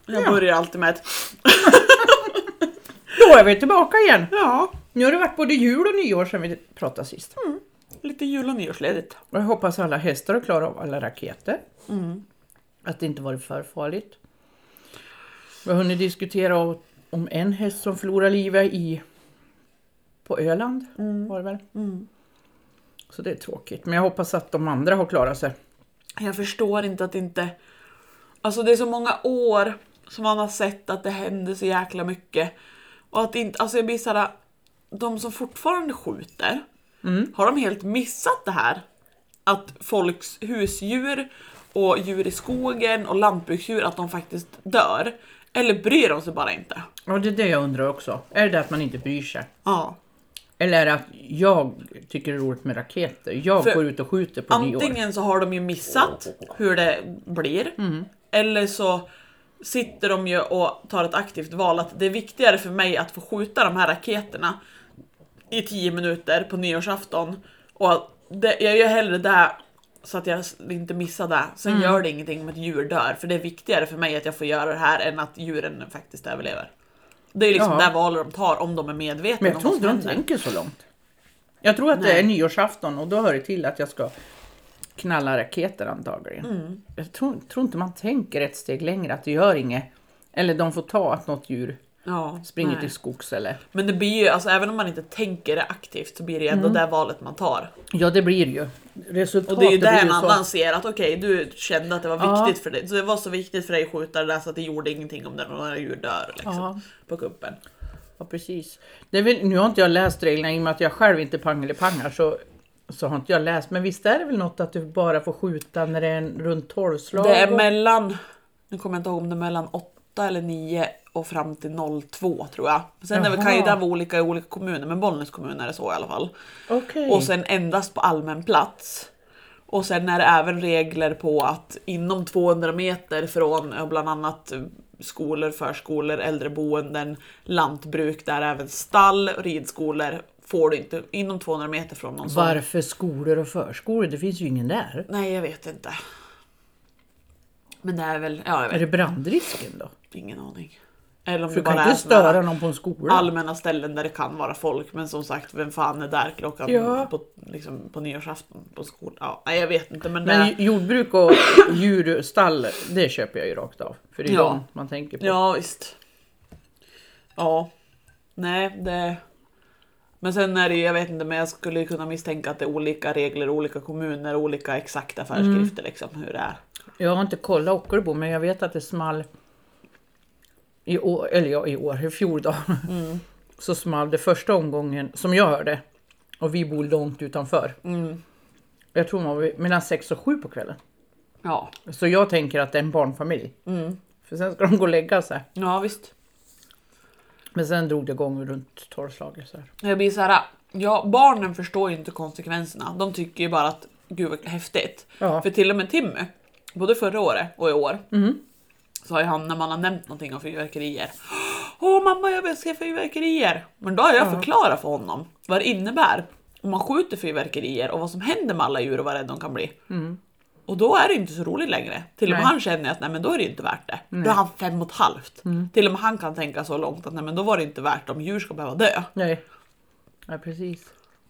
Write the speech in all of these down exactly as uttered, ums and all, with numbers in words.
Jag ja. börjar alltid med ett... Då är vi tillbaka igen. Ja. Nu har det varit både jul och nyår sedan vi pratade sist. Mm. Lite jul- och nyårsledigt. Och jag hoppas alla hästar har klarat av alla raketer. Mm. Att det inte varit för farligt. Vi har hunnit diskutera om en häst som förlorar livet i på Öland. Mm. Var det väl? Mm. Så det är tråkigt. Men jag hoppas att de andra har klarat sig. Jag förstår inte att inte... Alltså det är så många år som man har sett att det händer så jäkla mycket. Och att inte... Alltså jag blir såhär... De som fortfarande skjuter... Mm. Har de helt missat det här? Att folks husdjur och djur i skogen och lantbruksdjur, att de faktiskt dör. Eller bryr de sig bara inte? Ja, det är det jag undrar också. Är det att man inte bryr sig? Ja. Eller är det att jag tycker det är roligt med raketer? Jag För går ut och skjuter på nyår. Antingen så har de ju missat hur det blir. Mm. Eller så sitter de ju och tar ett aktivt val att det är viktigare för mig att få skjuta de här raketerna i tio minuter på nyårsafton. Och det, jag gör hellre det så att jag inte missar det. Sen mm. gör det ingenting om ett djur dör. För det är viktigare för mig att jag får göra det här än att djuren faktiskt överlever. Det är liksom ja. det val de tar om de är medvetna. Men jag tror inte de tänker så långt. Jag tror att Nej. det är nyårsafton och då hör det till att jag ska knalla raketer antagligen. Mm. Jag tror, tror inte man tänker ett steg längre att det gör inget. Eller de får ta att något djur ja, springer nej. till skogs eller... Men det blir ju, alltså även om man inte tänker det aktivt så blir det ändå mm. det valet man tar. Ja, det blir ju. Resultatet och det är ju där ju man så... lanserar att okej, okay, du kände att det var ja. viktigt för dig. Så det var så viktigt för dig att skjuta det där så att det gjorde ingenting om det några djur dör liksom, ja. på kuppen. Ja, precis. Det är väl, nu har inte jag läst reglerna i och med att jag själv inte pangelipangar så, så har inte jag läst. Men visst är det väl något att du bara får skjuta när det är en runt tolv slag? Det är mellan, nu kommer jag inte ihåg om det är mellan åtta eller nio och fram till noll två tror jag. Sen det kan ju det vara olika i olika kommuner, men Bollnäs kommun är det så i alla fall. Okay. Och sen endast på allmän plats. Och sen är det även regler på att inom tvåhundra meter från bland annat skolor, förskolor, äldreboenden, lantbruk, där även stall och ridskolor får du inte inom tvåhundra meter från någon. Varför skolor och förskolor? Det finns ju ingen där. Nej, jag vet inte. Men det är väl... Ja, jag vet. Är det brandrisken då? Ingen aning. Eller om För det bara kan inte störa någon på en skola. Allmänna ställen där det kan vara folk. Men som sagt, vem fan är där klockan ja. på, liksom, på nyårsafton på skolan? Ja, nej, jag vet inte. Men, men det... jordbruk och djurstall, det köper jag ju rakt av. För det är ja. de man tänker på. Ja, visst. Ja. Nej, det... Men sen är det ju, jag vet inte, men jag skulle kunna misstänka att det är olika regler, olika kommuner, olika exakta föreskrifter mm. liksom, hur det är. Jag har inte kollat Ockelbo, men jag vet att det small i år, eller ja, i år, i fjol då. Mm. Så small det första omgången, som jag hörde, och vi bor långt utanför. Mm. Jag tror man var mellan sex och sju på kvällen. Ja. Så jag tänker att det är en barnfamilj. Mm. För sen ska de gå och lägga sig. Ja, visst. Men sen drog det igång runt tolvslaget så här. Jag blir så här, ja, barnen förstår ju inte konsekvenserna. De tycker ju bara att gud vad häftigt. Ja. För till och med Timmy, både förra året och i år, mm. så har ju han, när man har nämnt någonting om fyrverkerier. Åh mamma, jag vill se fyrverkerier. Men då har jag ja. förklarat för honom vad det innebär om man skjuter fyrverkerier och vad som händer med alla djur och vad rädd de kan bli. Mm. Och då är det inte så roligt längre. Till och med nej. han känner att nej, men då är det inte värt det. Nej. Då är han fem och ett halvt. Mm. Till och med han kan tänka så långt att nej, men då var det inte värt om djur ska behöva dö. Nej, ja, precis.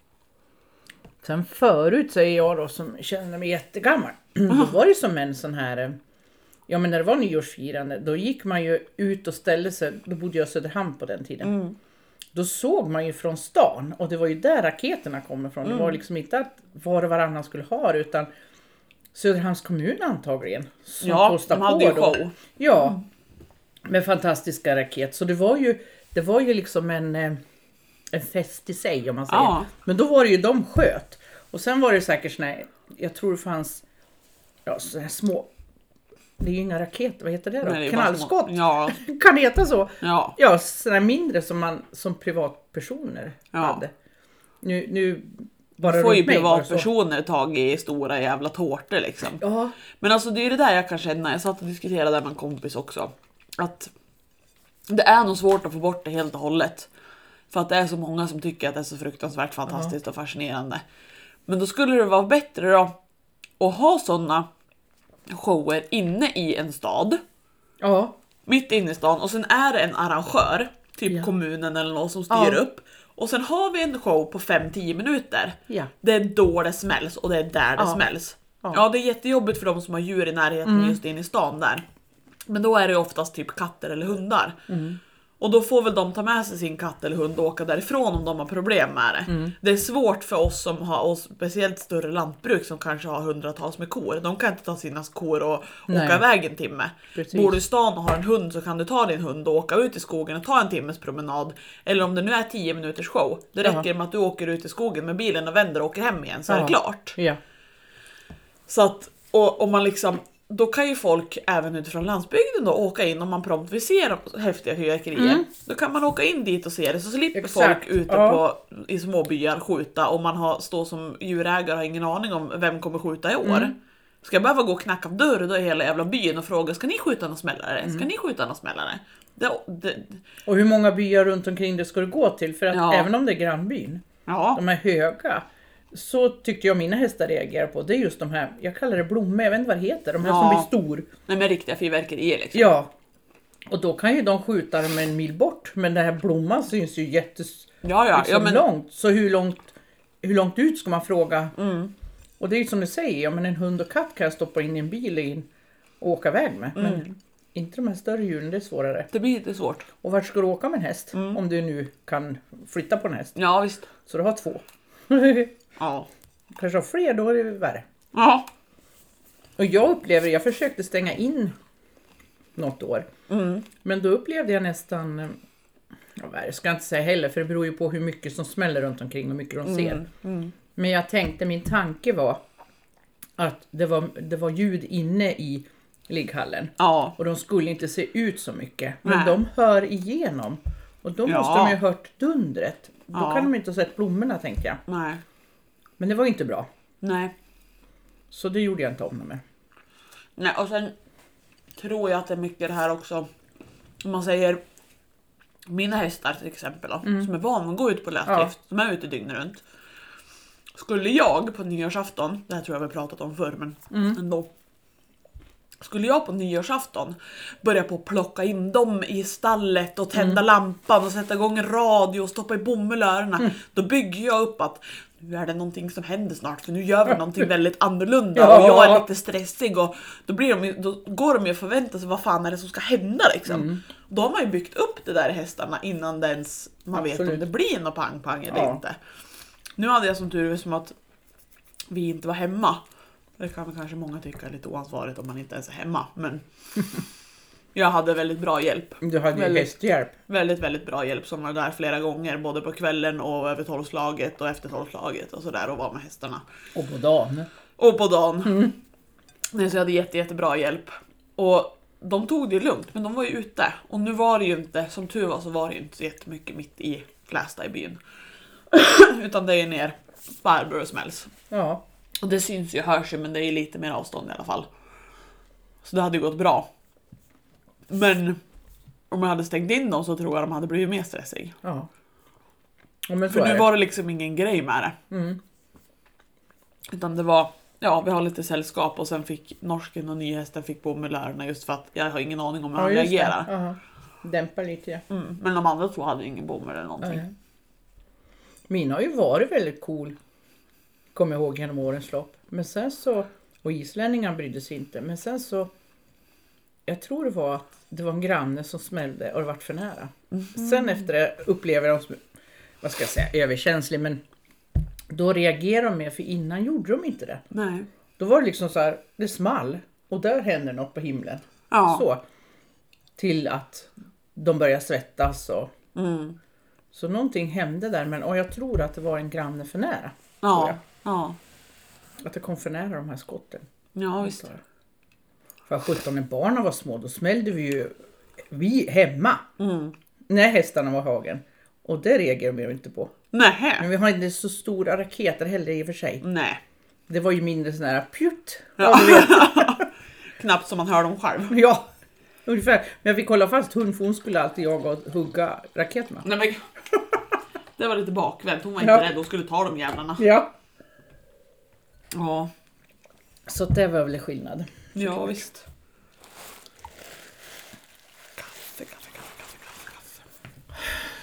Sen förut säger jag då som känner mig jättegammal. Mm. Då var det som en sån här... Ja, men när det var nyårsfirande, då gick man ju ut och ställde sig. Då bodde jag i Söderhamn på den tiden. Mm. Då såg man ju från stan. Och det var ju där raketerna kommer från. Mm. Det var liksom inte att var och varannan skulle ha det, utan... Söderhamns kommun antagligen. Som ja, de hade ju show. Ja, mm. med fantastiska raket. Så det var ju, det var ju liksom en, en fest i sig om man säger. Ja. Men då var det ju de sköt. Och sen var det säkert såna här, jag tror det fanns ja, så här små, det är ju inga raketer, vad heter det då? Nej, det knallskott. Ja. Kan det heta så? Ja, ja sådana mindre som man som privatpersoner ja. hade. Nu... nu Bara får ju privatpersoner tag i stora jävla tårtor liksom. Ja. Men alltså det är det där jag kan känna. Jag satt och diskuterade där med en kompis också. Att det är nog svårt att få bort det helt och hållet. För att det är så många som tycker att det är så fruktansvärt fantastiskt ja. och fascinerande. Men då skulle det vara bättre då att ha sådana shower inne i en stad. Ja. mitt inne i stan och sen är det en arrangör, typ ja. kommunen eller någon som styr ja. upp. Och sen har vi en show på fem till tio minuter. Ja. Det är då det smälls och det är där det ja. smälls. Ja. ja, det är jättejobbigt för de som har djur i närheten mm. just in i stan där. Men då är det oftast typ katter eller hundar. Mm. Och då får väl de ta med sig sin katt eller hund och åka därifrån om de har problem med det. Mm. Det är svårt för oss som har, och speciellt större lantbruk som kanske har hundratals med kor. De kan inte ta sina kor och Nej. åka iväg en timme. Precis. Bor du i stan och har en hund så kan du ta din hund och åka ut i skogen och ta en timmes promenad. Eller om det nu är tio minuters show. Det räcker med att du åker ut i skogen med bilen och vänder och åker hem igen så Aha. är det klart. Ja. Så att, och om man liksom... Då kan ju folk även utifrån landsbygden då åka in om man prompt vill se häftiga fyrverkerier. Mm. Då kan man åka in dit och se det. Så slipper Exakt. folk ute ja. på, i småbyar skjuta. Och man har, står som djurägare och har ingen aning om vem kommer skjuta i år. Mm. Ska jag behöva gå och knacka på dörr då i hela jävla byn och fråga, ska ni skjuta någon smällare? Ska mm. ni skjuta någon smällare? Det, det... Och hur många byar runt omkring det ska du gå till? För att ja. även om det är grannbyn, ja. de är höga. Så tyckte jag mina hästar reagerar på. Det är just de här, jag kallar det blommor, jag vet inte vad det heter. De här ja. som blir stor. Nej, men riktiga fyrverkerier liksom. Ja. Och då kan ju de skjuta dem en mil bort. Men den här blomman syns ju jättes ja, ja. Liksom ja, men... långt. Så hur långt, hur långt ut ska man fråga? Mm. Och det är ju som du säger, ja, men en hund och katt kan jag stoppa in i en bil in och åka iväg med. Mm. Men inte de här större djuren, det är svårare. Det blir lite svårt. Och vart ska du åka med en häst? Mm. Om du nu kan flytta på en häst. Ja, visst. Så du har två. Ja. Kanske har fler, då är det värre. Ja. Och jag upplevde, jag försökte stänga in något år. Mm. Men då upplevde jag nästan, jag ska inte säga heller, för det beror ju på hur mycket som smäller runt omkring och hur mycket de ser. Mm. Mm. Men jag tänkte, min tanke var att det var, det var ljud inne i ligghallen. Ja. Och de skulle inte se ut så mycket. Men Nej. de hör igenom. Och då ja. måste de ju ha hört dundret. Då ja. kan de inte ha sett blommorna, tänkte jag. Nej. Men det var inte bra. Nej. Så det gjorde jag inte om med. Nej, och sen tror jag att det är mycket det här också. Om man säger mina hästar till exempel då, mm. som är van att gå ut på lösdrift, ja. som är ute dygnet runt. Skulle jag på nyårsafton, det här tror jag vi har pratat om förr, men mm. ändå. Skulle jag på nyårsafton börja på att plocka in dem i stallet och tända mm. lampan och sätta igång en radio och stoppa i bomullörerna, mm. då bygger jag upp att nu är det någonting som händer snart, för nu gör vi någonting väldigt annorlunda ja. och jag är lite stressig och då, blir de, då går de ju och förväntar sig vad fan är det som ska hända liksom. Mm. Då har man ju byggt upp det där i hästarna innan ens man Absolut. vet om det blir något pang-pang eller ja. inte. Nu hade jag som tur som att vi inte var hemma. Det kan väl kanske många tycka är lite oansvarigt om man inte ens är hemma. Men jag hade väldigt bra hjälp. Du hade väldigt, ju hästhjälp. Väldigt, väldigt bra hjälp som var där flera gånger. Både på kvällen och över tolvslaget och efter tolvslaget och sådär. Och var med hästarna. Och på dagen. Och på dagen. Mm. Nej, så jag hade jätte, jättebra hjälp. Och de tog det lugnt, men de var ju ute. Och nu var det ju inte, som tur var så var det ju inte så jättemycket mitt i Klästa i byn. Utan det är ner Barbro och smälls. Ja. Och det syns ju, hörs ju, men det är lite mer avstånd i alla fall. Så det hade gått bra. Men om jag hade stängt in dem så tror jag de hade blivit mer stressig. Ja. Ja, men för nu var det liksom ingen grej med det. Mm. Utan det var, ja, vi har lite sällskap och sen fick norsken och nyhästen fick på med lärarna just för att jag har ingen aning om hur ja, han reagerar. Uh-huh. Dämpa lite. Ja. Mm. Men de andra två hade ingen bom eller någonting. Uh-huh. Min har ju varit väldigt cool. Kommer jag ihåg genom årens lopp. Men sen så, och islänningar brydde sig inte. Men sen så, jag tror det var att det var en granne som smällde och det var för nära. Mm. Sen efter det upplever de som, vad ska jag säga, överkänslig. Men då reagerar de med, för innan gjorde de inte det. Nej. Då var det liksom så här, det small. Och där händer något på himlen. Ja. Så. Till att de börjar svettas och... Mm. Så någonting hände där, men och jag tror att det var en granne för nära. Ja, ja. Att det kom för nära de här skotten. Ja, visst. För sjutton när barnen var små, då smällde vi ju vi hemma. Mm. När hästarna var hagen. Och det reagerade vi inte på. Nej. Men vi har inte så stora raketer heller i och för sig. Nej. Det var ju mindre sån här pjutt. Ja. Du vet. Knappt som man hör dem själv. Ja, ungefär. Men jag fick hålla fast hund, för hon skulle alltid jaga och hugga raketerna. Nej, men... Det var lite bakvänt. Hon var inte ja. rädd och skulle ta de jävlarna. Ja. Ja. Så det var väl skillnad. Ja, visst.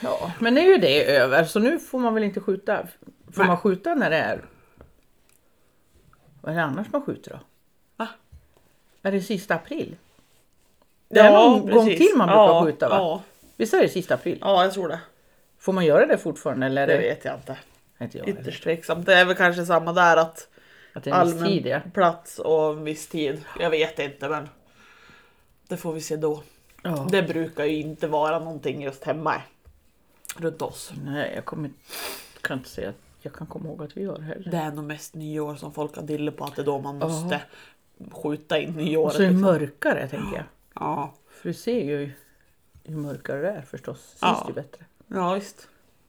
Ja, men nu är ju det över så nu får man väl inte skjuta. Får Nej. man skjuta när det är... Vad är det annars man skjuter då? Va? Är det sista april? Det är Ja, någon gång precis. till man brukar Ja, skjuta va? Ja. Visst är det sista april? ja, jag tror det. Får man göra det fortfarande? Eller är Det det... vet jag inte. Inte jag heller. Ytterst tveksamt. Det är väl kanske samma där att Att det är en viss allmän tid, ja. plats och en viss tid. Jag vet inte men det får vi se då. Ja. Det brukar ju inte vara någonting just hemma runt oss. Nej, jag kommer kan inte säga att jag kan komma ihåg att vi gör det heller. Det är nog mest nyår som folk har dille på att det är då man måste skjuta in nyåret. Och så är det liksom. mörkare tänker jag. Ja. För du ser ju hur mörkare det är förstås. Sist Ja. ju bättre. Ja visst.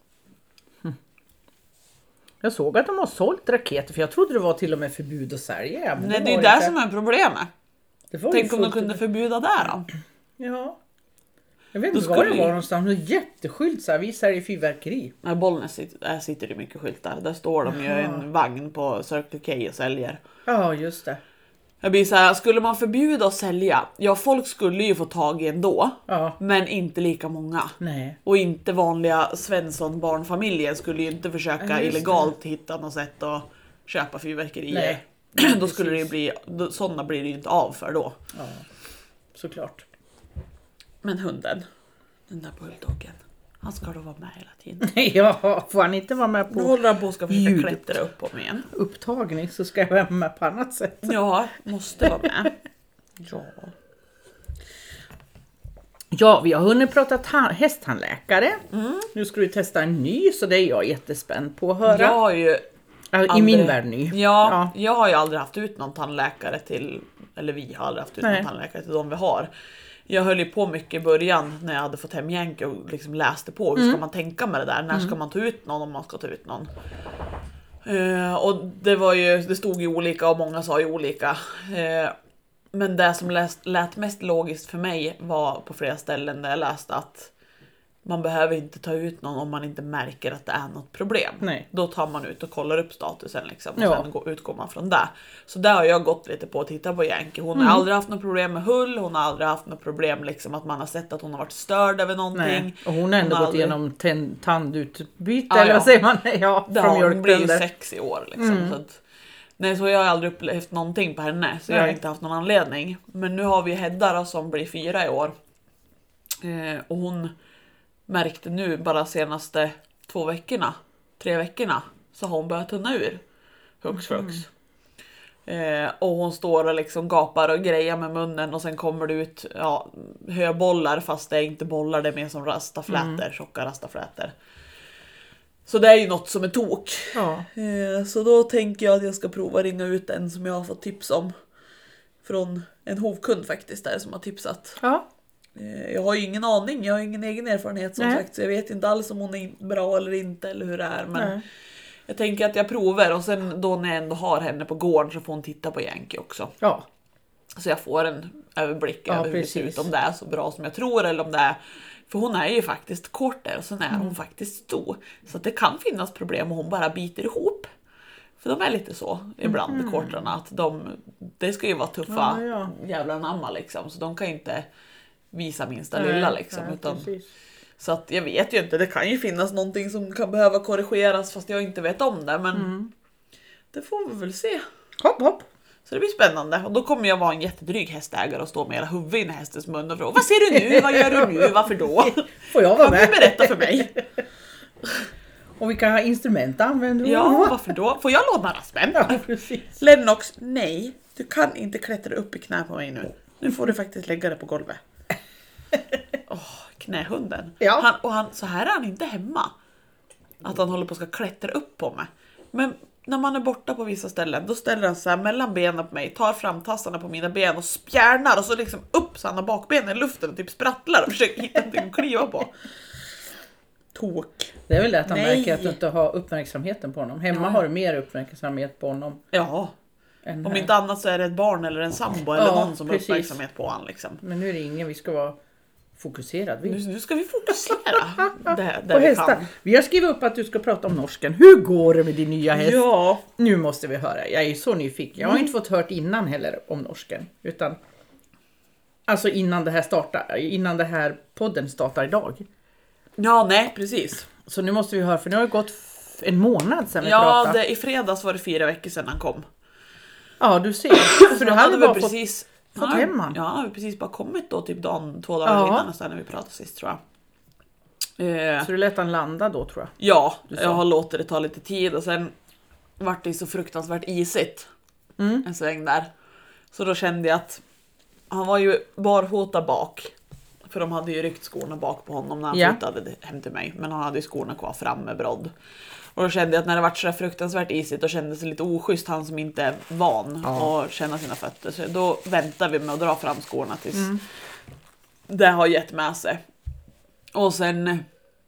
Jag såg att de har sålt raketer för jag trodde det var till och med förbud att sälja. Men Nej, det är var ju det inte. som är problemet. Det var ju Tänk om de fullt- kunde förbjuda det då. Ja. Jag vet Då inte var det skulle var ju- någonstans. En jätteskylt så här. Vi säljer fyrverkeri. Nej, Bollnäs sitter, där sitter det mycket skyltar. Där står de ju i en vagn på Circle K och säljer. Ja, just det. Jag blir så här, skulle man förbjuda att sälja? Ja, folk skulle ju få tag i ändå. Ja. Men inte lika många. Nej. Och inte vanliga Svensson-barnfamiljer skulle ju inte försöka Ja, just det. illegalt hitta något sätt att köpa fyrverkerier. Nej. Då skulle det ju bli, då, sådana blir det ju inte av för då. Ja, såklart. Men hunden, den där bulldoggen, han ska då vara med hela tiden. Ja, får han inte vara med Nu på håller han på att ska försöka ljudet. klättra upp på mig igen. upptagning så ska jag vara med på annat sätt. Ja, måste vara med. Ja. Ja, vi har hunnit prata ta- hästtandläkare. Mm. Nu ska du testa en ny så det är jag jättespänd på att höra. Jag har ju Ja, I aldrig- min värld ny. Ja, jag har ju aldrig haft ut någon tandläkare till, eller vi har aldrig haft ut Nej. någon tandläkare till de vi har. Jag höll ju på mycket i början när jag hade fått hem Jänke och liksom läste på hur ska man tänka med det där, när ska man ta ut någon om man ska ta ut någon. Eh, och det var ju, det stod ju olika och många sa ju olika. Eh, men det som läst, lät mest logiskt för mig var på flera ställen där jag läste att man behöver inte ta ut någon om man inte märker att det är något problem. Nej. Då tar man ut och kollar upp statusen liksom, och Ja. sen går, utgår man från det. Så där har jag gått lite på att titta på Jänke. Hon har aldrig haft något problem med hull, hon har aldrig haft något problem liksom att man har sett att hon har varit störd över någonting. Nej. Och hon har ändå har gått aldrig- igenom ten- tandutbyte Ja, eller ja. vad säger man? Ja, Det från har, hon blir ju mjölktänder. sex i år liksom. Så att, nej, så jag har aldrig upplevt någonting på henne. Så jag har Nej. inte haft någon anledning. Men nu har vi Hedda då, som blir fyra i år. Eh, och hon märkte nu bara senaste två veckorna, tre veckorna, så har hon börjat tunna ur. Hux flux. Eh, och hon står och liksom gapar och grejar med munnen och sen kommer det ut ja, höbollar fast det är inte bollar, det är mer som rastaflätor, tjocka rastaflätor. Så det är ju något som är tok. Ja. Eh, så då tänker jag att jag ska prova ringa ut en som jag har fått tips om. Från en hovkund faktiskt där som har tipsat. Ja. Eh, jag har ju ingen aning, jag har ingen egen erfarenhet som Nej. sagt. Så jag vet inte alls om hon är bra eller inte eller hur det är. Men Nej. jag tänker att jag provar och sen då när jag ändå har henne på gården så får hon titta på Jänke också. Ja. Så jag får en överblick Ja, över hur det ser precis. ut, om det är så bra som jag tror eller om det är. För hon är ju faktiskt kort där och sen är Mm. hon faktiskt stor. Så att det kan finnas problem om hon bara biter ihop. För de är lite så ibland, mm. kortarna, att de, det ska ju vara tuffa Ja, ja. jävla namma liksom. Så de kan ju inte visa minsta Nej, lilla liksom. nej, Utan, precis. så att jag vet ju inte, det kan ju finnas någonting som kan behöva korrigeras fast jag inte vet om det. Men Mm. det får vi väl se. Hopp, hopp. Så det blir spännande. Och då kommer jag vara en jättedryg hästägare och stå med hela huvudet in i hästens mun och fråga: vad ser du nu? Vad gör du nu? Varför då? Får jag vara Kan du med? berätta för mig? Och vilka instrument använder du? Ja, varför då? Får jag låna raspen? Ja, precis. Lennox, nej. Du kan inte klättra upp i knä på mig nu. Nu får du faktiskt lägga det på golvet. Åh, knähunden. Ja. Han, och han, så här är han inte hemma. Att han håller på att ska klättra upp på mig. Men när man är borta på vissa ställen, då ställer han sig här mellan benen på mig, tar fram tassarna på mina ben och spjärnar och så liksom upp så han har bakbenen i luften och typ sprattlar och försöker hitta någonting att kliva på. Tok. Det är väl det att han Nej. märker att du inte har uppmärksamheten på honom. Hemma Ja. har du mer uppmärksamhet på honom. Ja, Än om här. inte annat så är det ett barn eller en sambo eller Ja, någon som precis. har uppmärksamhet på han liksom. Men nu är det ingen vi ska vara fokuserad vid. Nu, nu ska vi fokusera där, På där vi hästar. kan. Vi har skrivit upp att du ska prata om norsken. Hur går det med din nya häst? Ja, Nu måste vi höra. Jag är så nyfiken. Jag har inte fått hört innan heller om norsken. Utan alltså innan det här startar. Innan det här podden startar idag. Ja, nej, precis. Så nu måste vi höra, för nu har det gått en månad sedan vi ja, pratade. Ja, i fredags var det fyra veckor sedan han kom. Ja, du ser. För du hade, hade bara precis fått, fått hem han. Ja, han har precis bara kommit då, typ dagen, två dagar ja. innan nästan när vi pratade sist, tror jag. Så du lät han landa då, tror jag? Ja, jag har låtit det ta lite tid och sen vart det så fruktansvärt isigt mm. en sväng där. Så då kände jag att han var ju barfota bak. För de hade ju ryckt skorna bak på honom när han ja. flyttade hem till mig. Men han hade ju skorna kvar fram med brodd. Och då kände jag att när det vart så fruktansvärt isigt, då kändes det lite oschysst, han som inte är van ja. att känna sina fötter. Så då väntar vi med att dra fram skorna tills mm. det har gett med sig. Och sen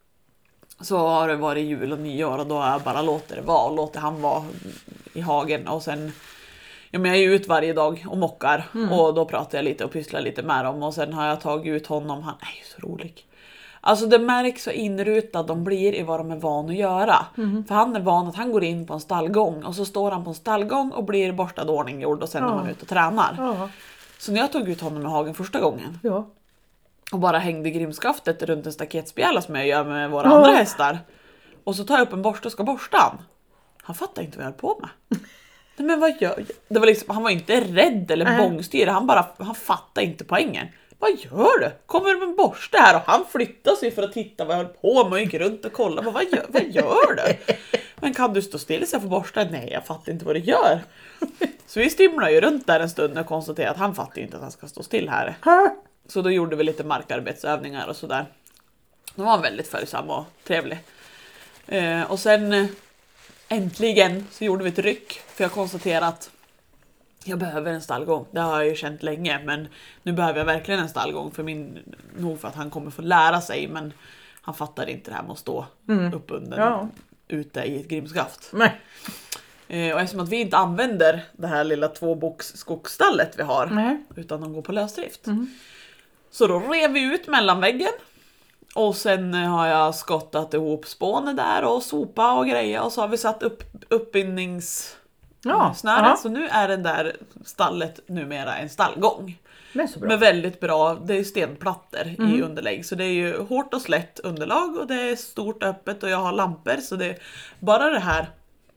så har det varit jul och nyår och då har jag bara låtit det vara och låtit han vara i hagen. Och sen, ja, men jag är ju ut varje dag och mockar mm. och då pratar jag lite och pysslar lite med dem. Och sen har jag tagit ut honom, han är ju så rolig. Alltså det märks så inrutad de blir i vad de är van att göra. Mm. För han är van att han går in på en stallgång och så står han på en stallgång och blir borstad ordning gjord och sen ja. är man ute och tränar. Ja. Så när jag tog ut honom i hagen första gången ja. och bara hängde grimskaftet runt en staketspjäla som jag gör med våra ja. andra hästar. Och så tar jag upp en borste och ska borsta han. Han fattar inte vad jag höll på med. Nej, men vad gör jag? Det var liksom, han var inte rädd eller äh. bångstyr. Han bara, han fattade inte poängen. Vad gör du? Kommer du med en borste här? Och han flyttade sig för att titta vad jag höll på med och gick runt och kollade. Vad gör, vad gör du? Men kan du stå still så jag får borsta? Nej, jag fattar inte vad du gör. Så vi stimlade ju runt där en stund och konstaterade att han fattar inte att han ska stå still här. Så då gjorde vi lite markarbetsövningar och sådär. Då var han väldigt följsam och trevlig. Eh, och sen äntligen så gjorde vi ett ryck. För jag konstaterade att jag behöver en stallgång. Det har jag ju känt länge. Men nu behöver jag verkligen en stallgång. För min, nog för att han kommer få lära sig. Men han fattar inte det här med att stå mm. uppbunden ja. ute i ett grimskaft. Nej. Eh, och eftersom att vi inte använder det här lilla tvåbox skogsstallet vi har. Nej. Utan de går på lösdrift. Mm. Så då rev vi ut mellanväggen. Och sen har jag skottat ihop spåne där och sopa och grejer. Och så har vi satt upp uppbindnings... Ja, snören. Så nu är den där stallet numera en stallgång. Med väldigt bra, det är stenplattor mm. i underlägg. Så det är ju hårt och slätt underlag och det är stort öppet och jag har lampor. Så det är bara det här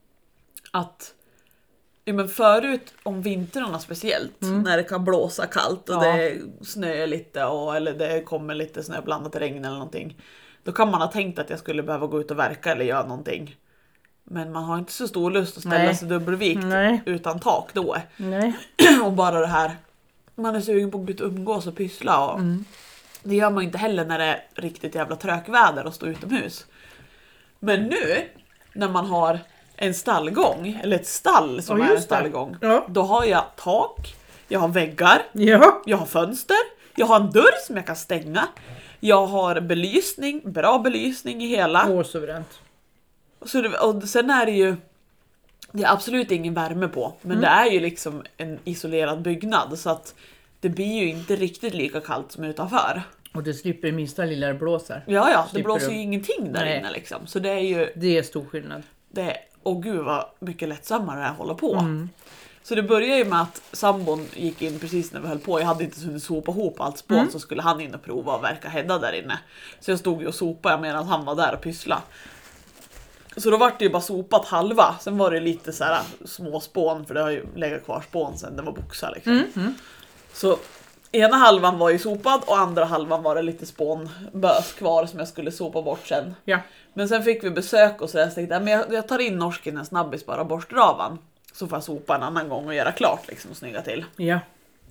att ja, men förut om vintrarna speciellt mm. när det kan blåsa kallt och ja. det snöar lite och, eller det kommer lite snöblandat regn eller någonting. Då kan man ha tänkt att jag skulle behöva gå ut och verka eller göra någonting. Men man har inte så stor lust att ställa Nej. sig dubbelvikt Nej. utan tak då. Nej. Och bara det här, man är sugen på att umgås och pyssla. Och mm. det gör man inte heller när det är riktigt jävla trökväder och stå utomhus. Men nu, när man har en stallgång, eller ett stall som är en stallgång. Ja. Då har jag tak, jag har väggar, ja. jag har fönster, jag har en dörr som jag kan stänga. Jag har belysning, bra belysning i hela. Åh, suveränt. Så det, och sen är det ju det är absolut ingen värme på, men mm. det är ju liksom en isolerad byggnad så att det blir ju inte riktigt lika kallt som utanför. Och det slipper minsta lilla blåsar. Ja, ja, det blåser du... ju ingenting där Nej. inne liksom. Så det är ju... Det är stor skillnad. Det är, åh gud vad mycket lättsammare det här håller på. Mm. Så det började ju med att sambon gick in precis när vi höll på. Jag hade inte hunnit sopa ihop allt spån mm. så skulle han in och prova och verka hedda där inne. Så jag stod ju och sopade medan han var där och pyssla. Så då var det ju bara sopat halva. Sen var det lite så här små spån. För det har ju legat kvar spån sen det var boxar liksom. Mm, mm. Så ena halvan var ju sopad. Och andra halvan var det lite spånbös kvar som jag skulle sopa bort sen. Ja. Men sen fick vi besök och så jag tänkte men jag, jag tar in norsken en snabbis bara borstravan. Så får jag sopa en annan gång och göra klart liksom och snygga till. Ja.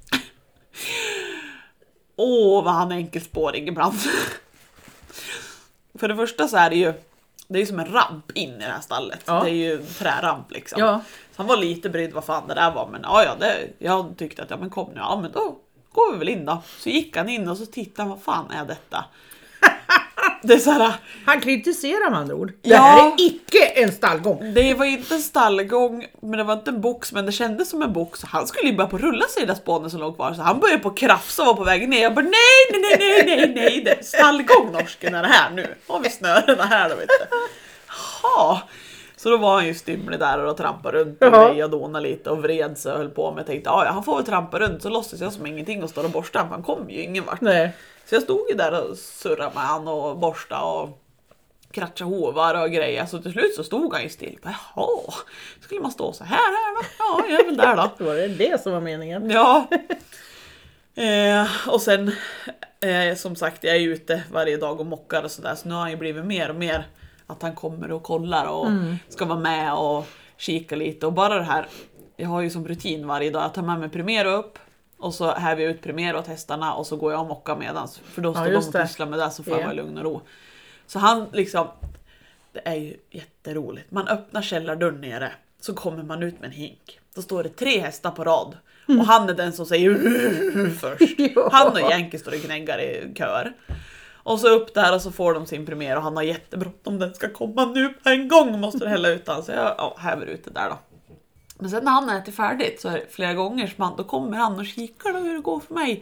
Åh vad han är enkelspårig ibland. För det första så är det ju det är ju som en ramp in i det här stallet. Ja. Det är ju en träramp liksom. Ja. Så han var lite brydd vad fan det där var. Men ja, ja det, jag tyckte att ja, men kom nu. Ja, men då går vi väl in då. Så gick han in och så tittade han, vad fan är detta? Det är så här, han kritiserar med andra ord. Det ja, här är icke en stallgång. Det var inte en stallgång, men det var inte en box, men det kändes som en box. Han skulle ju börja på rulla sig i det spånen som låg kvar. Så han började på krafsa och var på väg ner. Jag bara nej, nej, nej, nej, nej, nej. Det är stallgång norsken är det här nu. Har vi snörena här då, vet du. Ja, Så då var han ju stymlig där och trampade runt och mig och donade lite och vred sig och höll på med. Jag tänkte, ja han får väl trampa runt, så låtsas jag som ingenting och står och borstar, för han kom ju ingen vart. Nej. Så jag stod ju där och surrade med han och borsta och kratcha hovar och grejer. Så till slut så stod han ju still. Jaha, skulle man stå så här här då? Ja, jag är väl där då. Då var det det som var meningen. Ja. Eh, och sen, eh, som sagt, jag är ute varje dag och mockar och sådär. Så nu har han ju blivit mer och mer att han kommer och kollar och mm. ska vara med och kika lite. Och bara det här, jag har ju som rutin varje dag att ta med mig Primero upp. Och så här vi ut Primero och hästarna och så går jag och mockar medans. För då står ja, de och pysslar med det, så får jag vara lugn och ro. Så han liksom, det är ju jätteroligt. Man öppnar källardörren nere, så kommer man ut med en hink. Då står det tre hästar på rad. Mm. Och han är den som säger först. Han och Yankee står och gnäggar i kör. Och så upp där och så får de sin premiär. Och han har jättebråttom, den ska komma nu på en gång. Måste det hälla ut han. Så jag ja, häver ut det där då. Men sen när han äter färdigt så är det flera gånger som han, då kommer han och kikar då hur det går för mig.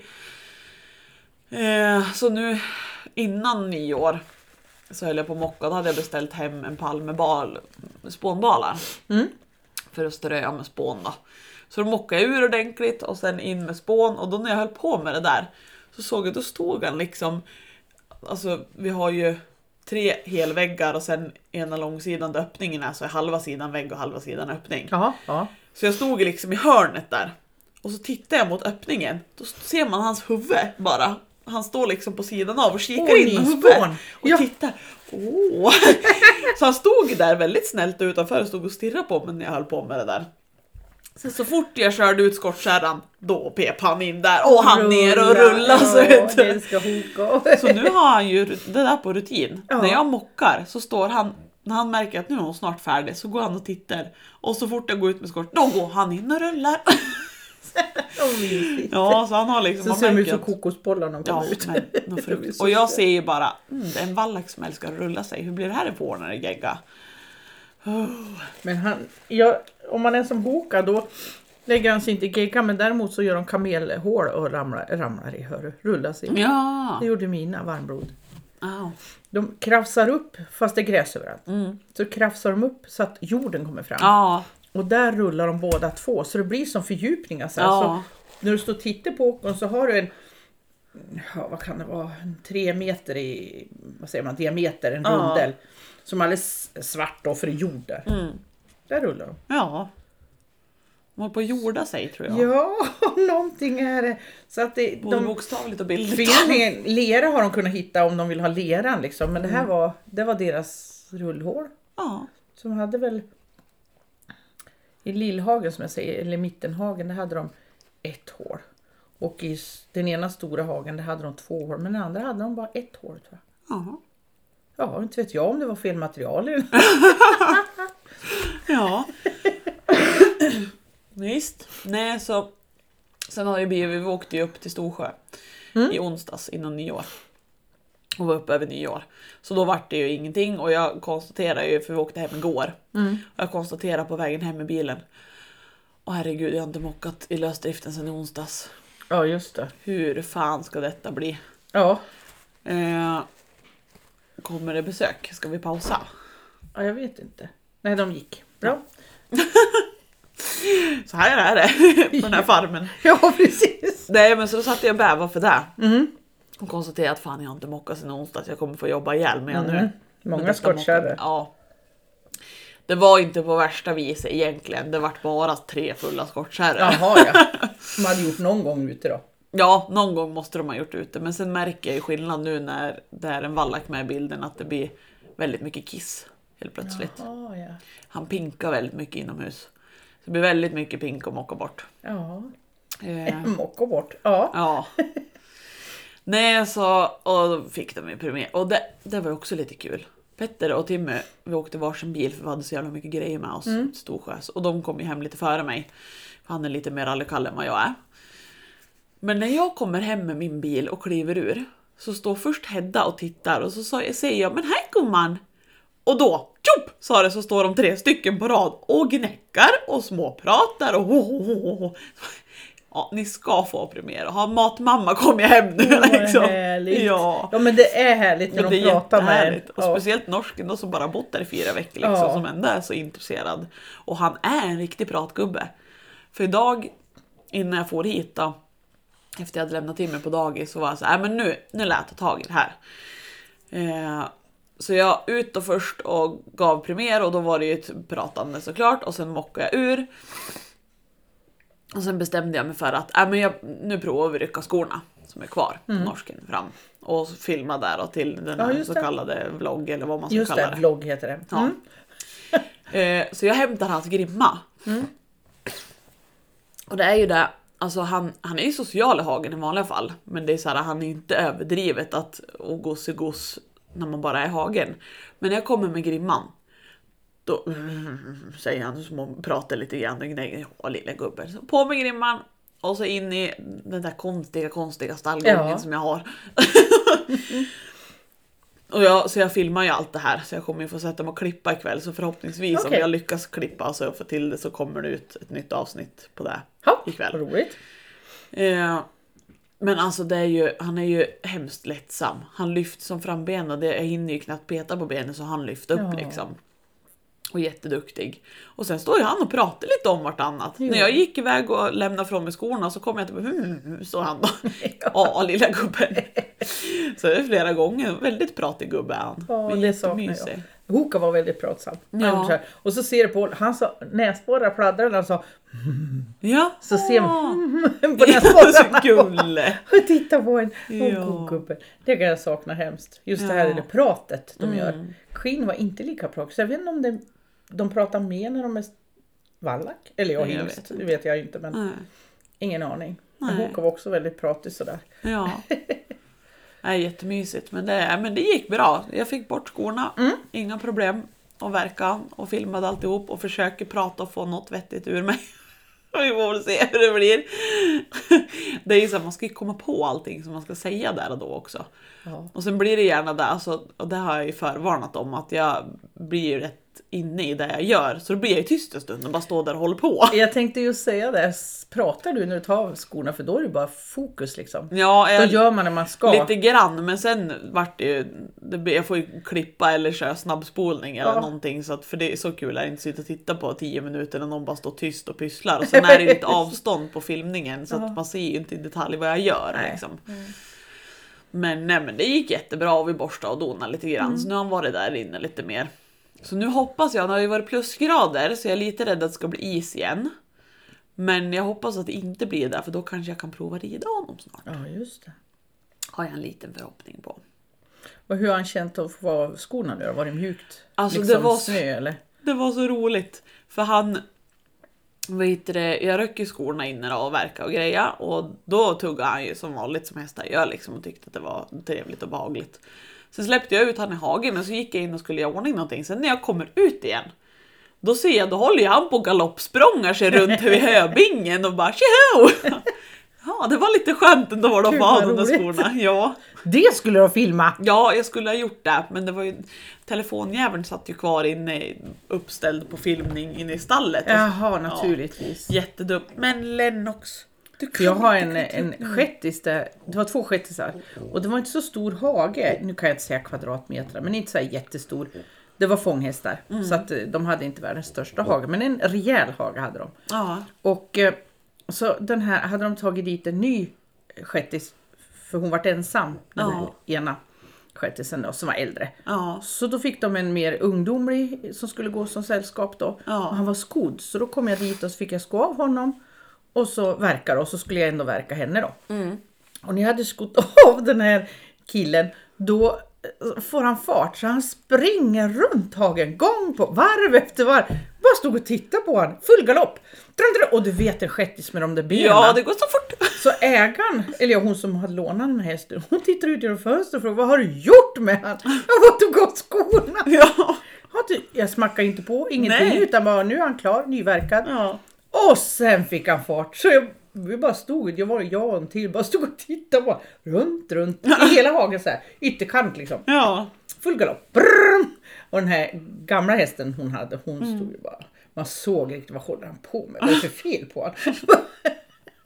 Eh, så nu innan nyår så höll jag på att mocka. Då hade jag beställt hem en pall med bal, spånbalar. Mm. För att ströa med spån då. Så då mockade jag ur ordentligt och sen in med spån. Och då när jag höll på med det där så såg jag, då stod han liksom, alltså vi har ju tre helväggar och sen ena långsidan där öppningen är, så är halva sidan vägg och halva sidan öppning. Jaha, ja. Så jag stod liksom i hörnet där. Och så tittar jag mot öppningen. Då ser man hans huvud bara. Han står liksom på sidan av och kikar oh, in med huvudet. Och ja. tittar. Oh. Så han stod där väldigt snällt utanför och stod och stirrade på mig när jag höll på med det där. Sen så fort jag körde ut skottkärran, då pep han in där. Och han rulla, ner och rulla. Så, ja, det ska hoka. Så nu har han ju det där på rutin. Ja. När jag mockar så står han, när han märker att nu är hon snart färdig, så går han och tittar. Och så fort jag går ut med skott, då går han in och rullar. Ja, så han har liksom... Så ser de ut som kokosbollar när de kommer ja, ut. Men, och jag ser ju bara, mm, det är en vallack som älskar att rulla sig. Hur blir det här en får när det gegga? Oh. Men han, ja, om man är som hoka, då lägger han sig inte i gegga. Men däremot så gör de kamelhål och ramlar, ramlar i, hör, rullar sig. Ja. Det gjorde mina varmblod. Oh. De krafsar upp, fast det är gräs överallt. Mm. Så krafsar de upp så att jorden kommer fram. Ja. Och där rullar de båda två. Så det blir som fördjupningar. Så, ja. Så när du står och tittar på åkern så har du en, ja, vad kan det vara, en tre meter i, vad säger man, diameter, en ja. rundel. Som är alldeles svart då för jorden. Mm. Där rullar de. Ja. De håller på att jorda sig, tror jag. Ja, någonting är det. Så att det, både de, bokstavligt och bildligt. Lera har de kunnat hitta om de vill ha leran liksom. Men mm. det här var, det var deras rullhål. Ja. Som hade väl i Lillhagen som jag säger, eller Mittenhagen, där hade de ett hål. Och i den ena stora hagen, där hade de två hål. Men den andra hade de bara ett hål, tror jag. Ja. Ja, inte vet jag om det var fel material. Ja. Visst. Nej, så sen har det blivit, vi åkte ju upp till Storsjö mm. i onsdags innan nyår. Och var uppe över nyår. Så då var det ju ingenting. Och jag konstaterade ju, för vi åkte hem igår. Mm. Och jag konstaterade på vägen hem i bilen. Åh herregud, jag har inte mockat i lösdriften sedan i onsdags. Ja, just det. Hur fan ska detta bli? Ja. Eh, kommer det besök? Ska vi pausa? Ja, jag vet inte. Nej, de gick. Bra. Så här är det på den här farmen. Ja, precis. Nej, men så satt jag och bäva för det. Mm. Och konstaterade att fan, jag har inte mockat sen onsdags. Jag kommer få jobba ihjäl med mm. nu. Många skottkärror. Ja. Det var inte på värsta vis egentligen. Det var bara tre fulla skottkärror. Jaha, ja. De hade gjort någon gång ute då. Ja, någon gång måste de ha gjort ute. Men sen märker jag ju skillnad nu när det är en vallack med i bilden. Att det blir väldigt mycket kiss helt plötsligt. Jaha, ja. Han pinkar väldigt mycket inomhus. Det blir väldigt mycket pink och mocka bort. Ja. Eh. Mocka bort, ja. Ja. Nej, så och då fick de ju premiär. Och det, det var också lite kul. Petter och Timmy, vi åkte varsin bil för vi hade så jävla mycket grejer med oss. Mm. Storsjös. Och de kom ju hem lite före mig. Han är lite mer rallykall än vad jag är. Men när jag kommer hem med min bil och kliver ur, så står först Hedda och tittar. Och så säger jag, men hej gumman. Och då, tjup, sa det, så står de tre stycken på rad och gnäckar och småpratar och ho, ho, ho, ho. ja, ni ska få premiär och ha matmamma, kom jag hem nu. Oh, liksom. Härligt. Ja. ja, men det är härligt när ja, de pratar med en. Och ja. speciellt norsken då, som bara bott där i fyra veckor liksom, ja. som ändå är så intresserad. Och han är en riktig pratgubbe. För idag, innan jag får hit då, efter jag hade lämnat in mig på dagis, så var jag så här, men nu, nu lät jag tag i det här. Eh, så jag ut då först och gav premiär, och då var det ju ett pratande såklart, och sen mockade jag ur. Och sen bestämde jag mig för att äh, men jag, nu provar vi rycka skorna som är kvar på mm. norsken fram. Och filma där och till den här ja, så kallade vlogg, eller vad man ska just kalla det. Just det, vlogg heter det. Ja. Mm. eh, så jag hämtar hans grimma. Mm. Och det är ju det, alltså han, han är ju social i hagen i vanliga fall. Men det är så här, han är inte överdrivet att och gosse goss när man bara är i hagen. Men när jag kommer med grimman, då mm, säger han som om pratar lite grann och gnäger, ja lilla gubben. Så på med grimman och så in i den där konstiga, konstiga stallgången ja. som jag har. och jag, så jag filmar ju allt det här, så jag kommer ju få sätta mig och klippa ikväll. Så förhoppningsvis okay. om jag lyckas klippa så jag får till det, så kommer det ut ett nytt avsnitt på det ha, ikväll. Roligt. Eh, men alltså det är ju, han är ju hemskt lättsam. Han lyfter som frambenen, det jag hinner ju knappt peta på benen så han lyfter upp ja. liksom. Och jätteduktig. Och sen står ju han och pratar lite om vartannat. Jo. När jag gick iväg och lämnade från mig skorna så kom jag till hmm, står han då. Ja, ja lilla gubben. Så det är flera gånger. Väldigt pratig gubbe han. Ja, det saknar jag. Hoka var väldigt pratsam. Ja. Och så ser du på hans näsborrar pladdrar och så ja. Så ser man på näsborrarna. Gulle. Och titta på en ja. gubbe. Det kan jag sakna hemskt. Just ja. det här är det pratet de mm. gör. Queen var inte lika pratig. Så jag vet inte om det, de pratar mer när de är vallack. Eller jag, jag vet det vet jag inte. Men Nej. ingen aning. Men Hoka var också väldigt pratig sådär. Ja. Nej, jättemysigt. Men det, men det gick bra. Jag fick bort skorna. Mm. Inga problem. Och verka. Och filmade alltihop. Och försöker prata och få något vettigt ur mig. Vi får väl se hur det blir. Det är ju så att man ska komma på allting som man ska säga där och då också. Ja. Och sen blir det gärna där. Alltså, och det har jag ju förvarnat om. Att jag blir ju rätt inne i det jag gör. Så då blir jag ju tyst en stund och bara står där och håller på. Jag tänkte ju säga det. Pratar du när du tar av skorna? För då är det bara fokus liksom. Ja, jag, då gör man det man ska. Lite grann. Men sen vart det ju... Det, jag får ju klippa eller köra snabbspolning eller ja. någonting. Så att, för det är så kul att inte sitta och titta på tio minuter när någon bara står tyst och pysslar. Och sen är det ju ett avstånd på filmningen. Så ja. att man ser ju inte i detalj vad jag gör. Liksom. Mm. Men, nej, men det gick jättebra och vi borstade och donade lite grann. Mm. Så nu har han varit där inne lite mer. Så nu hoppas jag, det har ju varit plusgrader så jag är lite rädd att det ska bli is igen. Men jag hoppas att det inte blir där, för då kanske jag kan prova rida honom snart. Ja, just det. Har jag en liten förhoppning på. Och hur har han känt att få av skorna nu? Var det mjukt? Alltså liksom det var snö eller? Det var så roligt. För han, vet det, jag röker skorna inne och verka och greja. Och då tuggade han ju som vanligt som hästar gör liksom, och tyckte att det var trevligt och behagligt. Sen släppte jag ut han i hagen och så gick jag in och skulle göra ordning någonting. Sen när jag kommer ut igen, då ser jag, då håller ju han på galoppsprångar sig runt vid höbingen och bara tjoho! Ja, det var lite skönt ändå att få ha de där skorna. Ja. Det skulle du filma. Ja, jag skulle ha gjort det. Men det var ju, telefonjäveln satt ju kvar inne, uppställd på filmning inne i stallet. Jaha, naturligtvis. Ja, jättedumt. Men Lennox... Jag har en, en shettis där, det var två shettisar och det var inte så stor hage, nu kan jag inte säga kvadratmeter, men inte så här jättestor. Det var fånghästar, mm. så att de hade inte världens största hage, men en rejäl hage hade de. Ja. Och så den här hade de tagit dit en ny shettis, för hon var ensam, den här ja. ena shettisen då, som var äldre. Ja. Så då fick de en mer ungdomlig som skulle gå som sällskap då, ja. och han var skodd, så då kom jag dit och så fick jag sko av honom. Och så verkar och så skulle jag ändå verka henne då. Mm. Och när jag hade skott av den här killen, då får han fart. Så han springer runt hagen, gång på varv efter varv. Bara stod och tittade på han, full galopp. Och du vet en shettis med de där benen. Ja, det går så fort. Så ägaren, eller ja, hon som hade lånat den här hästen, hon tittar ut genom fönstret och frågar, vad har du gjort med han? Jag har fått gått skorna. Ja. Jag smackar inte på, ingenting. Nej. Utan bara, nu är han klar, nyverkad. Ja. Och sen fick han fart. Så jag, vi bara stod, jag var jag och en till, bara stod och tittade på runt, runt. I hela hagen så här, ytterkant liksom. Ja. Full galopp. Brrr. Och den här gamla hästen hon hade, hon mm. stod ju bara, man såg riktigt, vad håller han på med? Vad är det för fel på honom?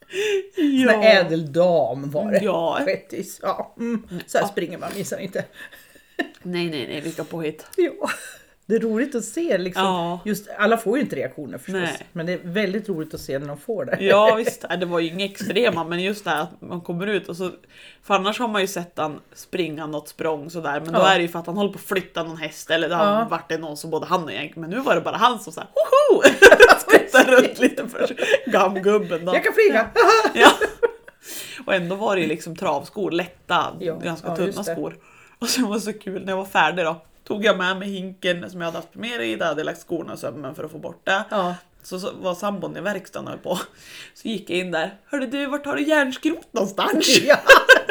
Ja. Sån ädeldam var det. Ja. Fettis. Ja. Mm. Så här ja. springer man minsann inte. Nej, nej, nej. Vilka påhitt. Ja. Det är roligt att se liksom. Ja. Just, alla får ju inte reaktioner förstås. Nej. Men det är väldigt roligt att se när de får det. Ja visst, det var ju inga extrema. Men just det här att man kommer ut och så. För annars har man ju sett han springa något språng sådär. Men ja. Då är det ju för att han håller på att flytta någon häst. Eller det har ja. Varit det någon som både han och jag. Men nu var det bara han som såhär hoho! Skuttar runt lite för gamgubben då. Jag kan flyga! Ja. Och ändå var det ju liksom travskor. Lätta, ja. Ganska ja, tunna skor. Och så var det så kul när jag var färdig då. Tog jag med mig hinken som jag hade haft med i. Där hade jag lagt skorna och sömmen för att få bort det. Ja. Så, så var sambon i verkstaden och på. Så gick jag in där. Hörde du, vart har du järnskrot någonstans? Ja.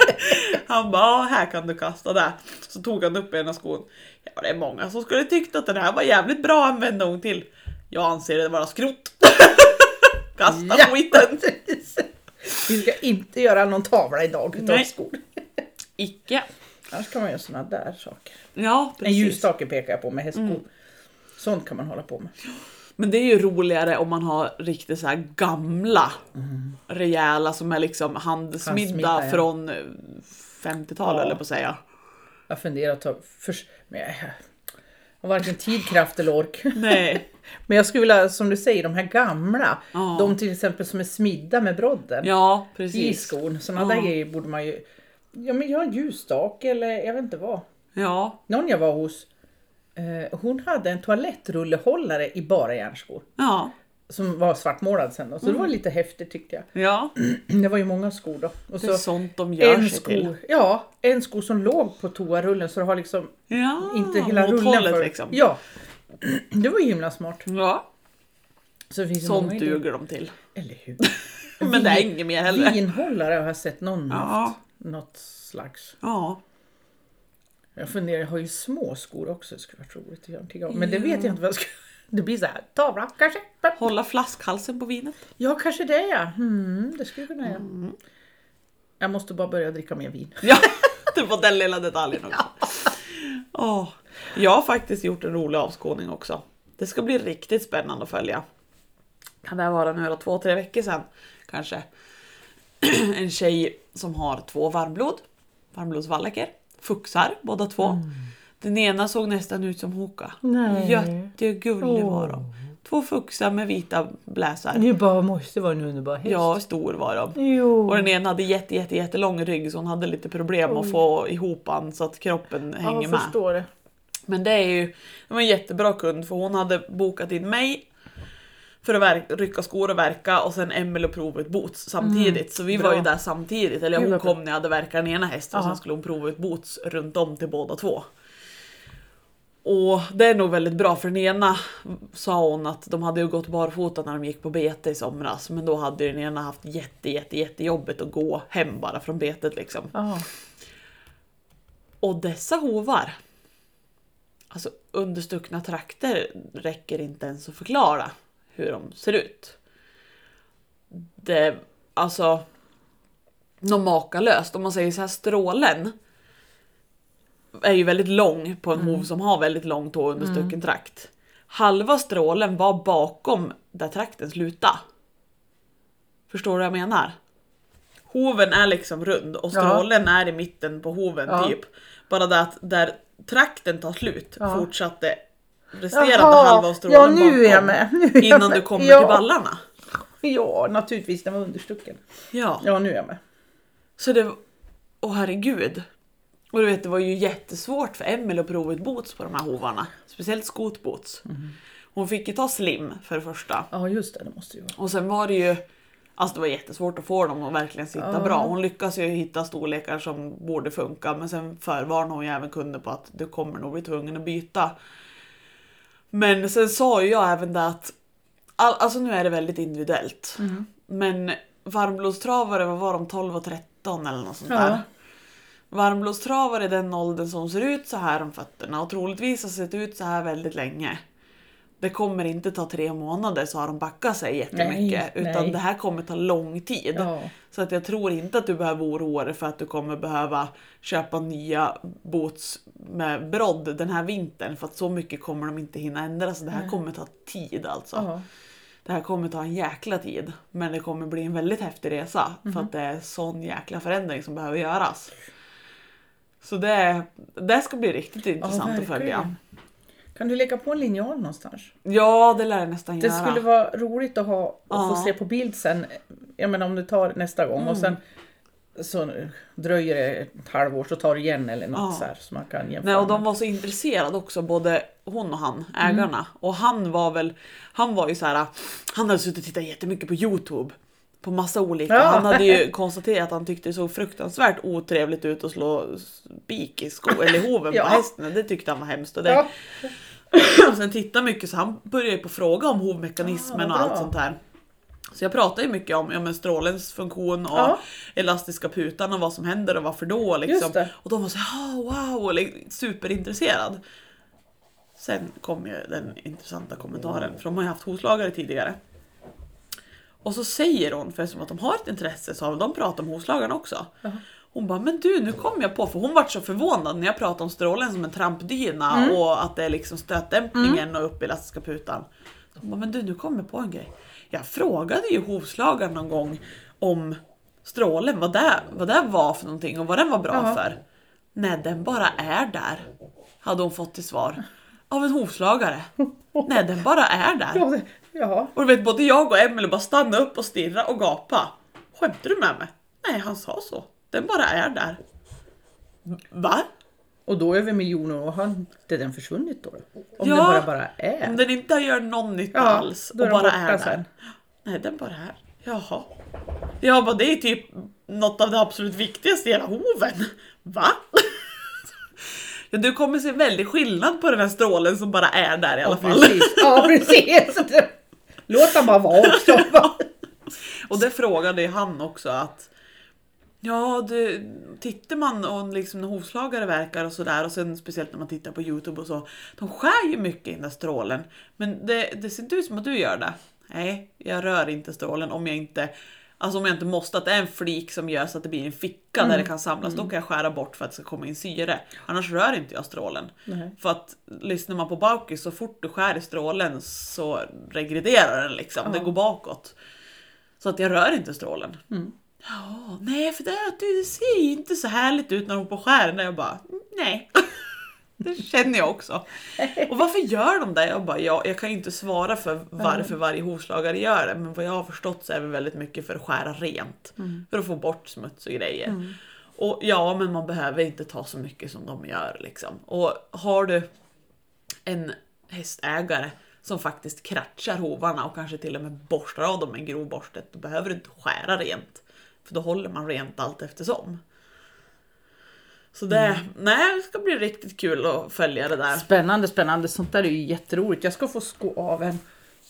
Han bara, här kan du kasta det. Så tog han upp ena skon. Ja, det är många som skulle tyckt att det här var jävligt bra att använda gång till. Jag anser det vara skrot. Kasta ja. Skiten. Vi ska inte göra någon tavla idag utav skor. Icke. Annars kan man göra såna där saker. Ja, precis. En ljusstake pekar jag på med hästskor. Mm. Sånt kan man hålla på med. Men det är ju roligare om man har riktigt så här gamla, mm. rejäla som är liksom handsmidda, handsmidda ja. Från femtiotalet ja. Eller på att säga. Jag funderar att ta för... men jag har varken tid, kraft eller ork. Nej. Men jag skulle vilja, som du säger, de här gamla. Ja. De till exempel som är smidda med brodden. Ja, precis. I skon. Sådana ja. Där grejer borde man ju... Ja, men jag har en ljusstake eller jag vet inte vad. Ja. Någon jag var hos, eh, hon hade en toalettrullehållare i bara järnskor. Ja. Som var svartmålad sen då. Så mm. det var lite häftigt tyckte jag. Ja. Det var ju många skor då. Och det är så sånt de gör en sig sko, till. Ja, en sko som låg på toarullen så det har liksom ja, inte hela rullen för. Liksom. Ja, det var ju himla smart. Ja. Så det finns sånt duger de till. Eller hur? Men det är inget mer heller. Vinhållare har jag sett någon ja. Haft. Något slags. Ja. Jag funderar, jag har ju små skor också. Det skulle vara roligt att göra någonting av. Men det vet jag inte vad jag ska... Det blir så här, tavla kanske. Hålla flaskhalsen på vinet. Ja, kanske det ja. Mm, det skulle kunna göra. Mm. Jag måste bara börja dricka mer vin. Ja, det var den lilla detaljen också. Ja. Oh, jag har faktiskt gjort en rolig avskådning också. Det ska bli riktigt spännande att följa. Kan det här vara nu då, två, tre veckor sedan kanske. En tjej som har två varmblod. Varmblodsvallaker. Fuxar, båda två. Mm. Den ena såg nästan ut som Hoka. Nej. Jättegullig oh. var de. Två fuxar med vita bläsar. Det bara måste vara en underbar häst. Ja, stor var de. Jo. Och den ena hade jätte, jätte, jättelång rygg så hon hade lite problem oh. att få ihop han så att kroppen ja, hänger jag med. Förstår det. Men det är ju det var en jättebra kund för hon hade bokat in mig för att verka, rycka skor och verka och sen Emil och prova ett boots samtidigt. Mm, så vi bra. Var ju där samtidigt. Eller hon kom när jag hade verkat den ena hästen och sen skulle hon prova ett boots runt om till båda två. Och det är nog väldigt bra för den ena sa hon att de hade ju gått barfota när de gick på bete i somras. Men då hade den ena haft jätte, jätte, jättejobbigt att gå hem bara från betet liksom. Aha. Och dessa hovar, alltså understuckna trakter räcker inte ens att förklara hur de ser ut. Det, alltså, något makalöst. Om man säger så här, strålen är ju väldigt lång på en mm. hov som har väldigt lång tå under stucken mm. trakt. Halva strålen var bakom där trakten slutar. Förstår du vad jag menar? Hoven är liksom rund och strålen ja. Är i mitten på hoven ja. Typ. Bara det att där trakten tar slut ja. Fortsatte resterande Jaha. Halva av strålen ja, nu är jag med. Nu är jag innan med. Du kommer ja. Till ballarna. Ja, naturligtvis. Den var understucken. Ja. Ja, nu är jag med. Så det... Åh herregud. Och du vet, det var ju jättesvårt för Emil att prova ett boots på de här hovarna. Speciellt skotboots. Mm. Hon fick ju ta slim för det första. Ja, just det. Det måste ju vara. Och sen var det ju... Alltså det var jättesvårt att få dem att verkligen sitta ja. Bra. Hon lyckas ju hitta storlekar som borde funka. Men sen förvarnade hon ju även kunder på att du kommer nog bli tvungen att byta. Men sen sa ju jag även det att... All, alltså nu är det väldigt individuellt. Mm. Men varmblodstravare, vad var de? tolv och tretton eller något sånt där. Ja. Varmblodstravare är den åldern som ser ut så här om fötterna. Och troligtvis har sett ut så här väldigt länge. Det kommer inte ta tre månader så har de backat sig jättemycket. Nej, utan nej. Det här kommer ta lång tid. Ja. Så att jag tror inte att du behöver oroa dig för att du kommer behöva köpa nya boots med brodd den här vintern. För att så mycket kommer de inte hinna ändra. Så det här nej. Kommer ta tid alltså. Ja. det här kommer ta en jäkla tid. Men det kommer bli en väldigt häftig resa. Mm. För att det är sån jäkla förändring som behöver göras. Så det, det ska bli riktigt intressant ja, att följa. Kan du lägga på en linjal någonstans? Ja, det lär jag nästan det göra. Det skulle vara roligt att ha och ja. få se på bild sen. Jag menar om du tar nästa gång mm. och sen så dröjer det ett halvår så tar du igen eller något ja. så här så man kan jämföra. Nej, och de var så intresserade också, både hon och han, ägarna. Mm. Och han var väl, han var ju så här, han hade suttit och tittat jättemycket på YouTube. På massa olika. Ja. Han hade ju konstaterat att han tyckte det så fruktansvärt otrevligt ut att slå spik i sko eller i hoven ja. på hästen. Det tyckte han var hemskt. Och, det... ja. och sen tittade mycket så han började ju på fråga om hovmekanismen ja, och allt sånt här. Så jag pratade ju mycket om ja, men strålens funktion och ja. elastiska putan och vad som händer och varför då. Liksom. Och de var så här, oh, wow, och liksom, superintresserad. Sen kom ju den intressanta kommentaren, för de har ju haft hovslagare tidigare. Och så säger hon, för eftersom att de har ett intresse så har de pratat om hovslagarna också. Uh-huh. Hon bara, men du, nu kom jag på, för hon var så förvånad när jag pratade om strålen som en trampdyna mm. och att det är liksom stötdämpningen mm. och upp i elastiska putan. Så hon bara, men du, nu kom jag på en grej. Jag frågade ju hovslagaren någon gång om strålen, vad det, vad det var för någonting och vad den var bra uh-huh. för. Nej, den bara är där, hade hon fått till svar. Av en hovslagare. Nej, den bara är där. Ja, det, ja. Och du vet, både jag och Emelie bara stanna upp och stirra och gapa. Skämtar du med mig? Nej, han sa så. Den bara är där. Va? Och då över miljoner år har den försvunnit då? Om ja, den bara, bara är. Om den inte gör någon nytta ja, alls. Och bara är där. Sen. Nej, den bara är. Jaha. Ja, bara det är typ något av det absolut viktigaste i hela hoven. Va? Ja, du kommer se väldigt skillnad på den här strålen som bara är där i alla ja, fall. Precis. Ja, precis. Låt den bara vara också. Och det frågade han också att ja, det, tittar man och liksom när hovslagare verkar och sådär och sen speciellt när man tittar på YouTube och så, de skär ju mycket i den där strålen. Men det, det ser inte ut som att du gör det. Nej, jag rör inte strålen om jag inte Alltså om jag inte måste, att det är en flik som gör så att det blir en ficka mm. där det kan samlas, mm. då kan jag skära bort för att det ska komma in syre. Annars rör inte jag strålen. Nej. För att lyssnar man på Bauke, så fort du skär i strålen så regrederar den liksom, ja. Det går bakåt. Så att jag rör inte strålen. Mm. Ja, nej, för det, det ser inte så härligt ut när de på skär. När jag bara, nej. Det känner jag också. Och varför gör de det? Jag bara, ja, jag kan ju inte svara för varför varje hovslagare gör det. Men vad jag har förstått så är det väldigt mycket för att skära rent. Mm. För att få bort smuts och grejer. Mm. Och ja, men man behöver inte ta så mycket som de gör liksom. Och har du en hästägare som faktiskt kratchar hovarna och kanske till och med borstar av dem med en grov borstet, då behöver du inte skära rent. För då håller man rent allt eftersom. Så det, mm. nej, det ska bli riktigt kul att följa det där. Spännande, spännande. Sånt där är ju jätteroligt. Jag ska få sko av en...